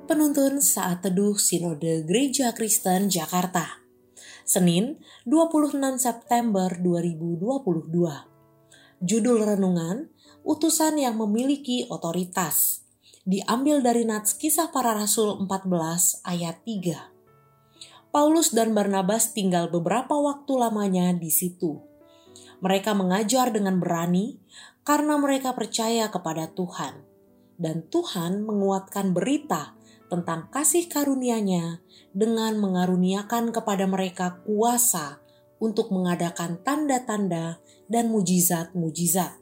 Penuntun Saat Teduh Sinode Gereja Kristen Jakarta, Senin 26 September 2022. Judul renungan, Utusan yang Memiliki Otoritas, diambil dari Nats Kisah Para Rasul 14 ayat 3. Paulus dan Barnabas tinggal beberapa waktu lamanya di situ. Mereka mengajar dengan berani karena mereka percaya kepada Tuhan. Dan Tuhan menguatkan berita tentang kasih karunia-Nya dengan mengaruniakan kepada mereka kuasa untuk mengadakan tanda-tanda dan mujizat-mujizat.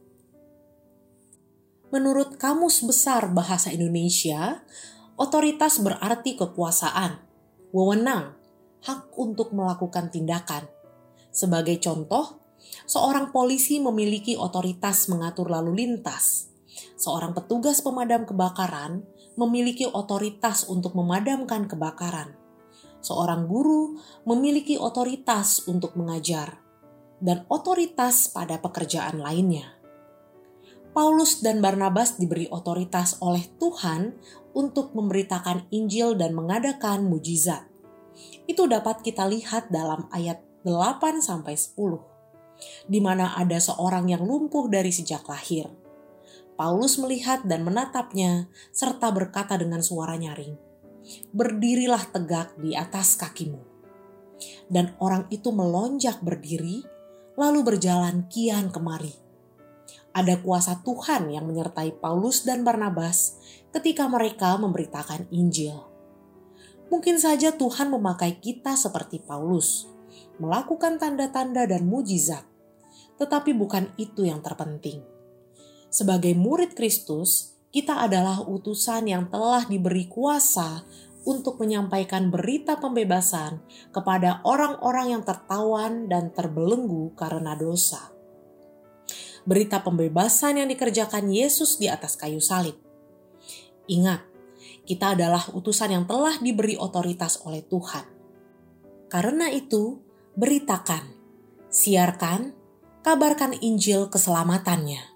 Menurut Kamus Besar Bahasa Indonesia, otoritas berarti kekuasaan, wewenang, hak untuk melakukan tindakan. Sebagai contoh, seorang polisi memiliki otoritas mengatur lalu lintas. Seorang petugas pemadam kebakaran memiliki otoritas untuk memadamkan kebakaran. Seorang guru memiliki otoritas untuk mengajar, dan otoritas pada pekerjaan lainnya. Paulus dan Barnabas diberi otoritas oleh Tuhan untuk memberitakan Injil dan mengadakan mujizat. Itu dapat kita lihat dalam ayat 8-10, di mana ada seorang yang lumpuh dari sejak lahir. Paulus melihat dan menatapnya, serta berkata dengan suara nyaring, "Berdirilah tegak di atas kakimu." Dan orang itu melonjak berdiri, lalu berjalan kian kemari. Ada kuasa Tuhan yang menyertai Paulus dan Barnabas ketika mereka memberitakan Injil. Mungkin saja Tuhan memakai kita seperti Paulus, melakukan tanda-tanda dan mujizat, tetapi bukan itu yang terpenting. Sebagai murid Kristus, kita adalah utusan yang telah diberi kuasa untuk menyampaikan berita pembebasan kepada orang-orang yang tertawan dan terbelenggu karena dosa. Berita pembebasan yang dikerjakan Yesus di atas kayu salib. Ingat, kita adalah utusan yang telah diberi otoritas oleh Tuhan. Karena itu, beritakan, siarkan, kabarkan Injil keselamatannya.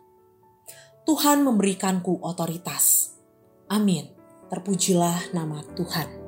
Tuhan memberikanku otoritas. Amin. Terpujilah nama Tuhan.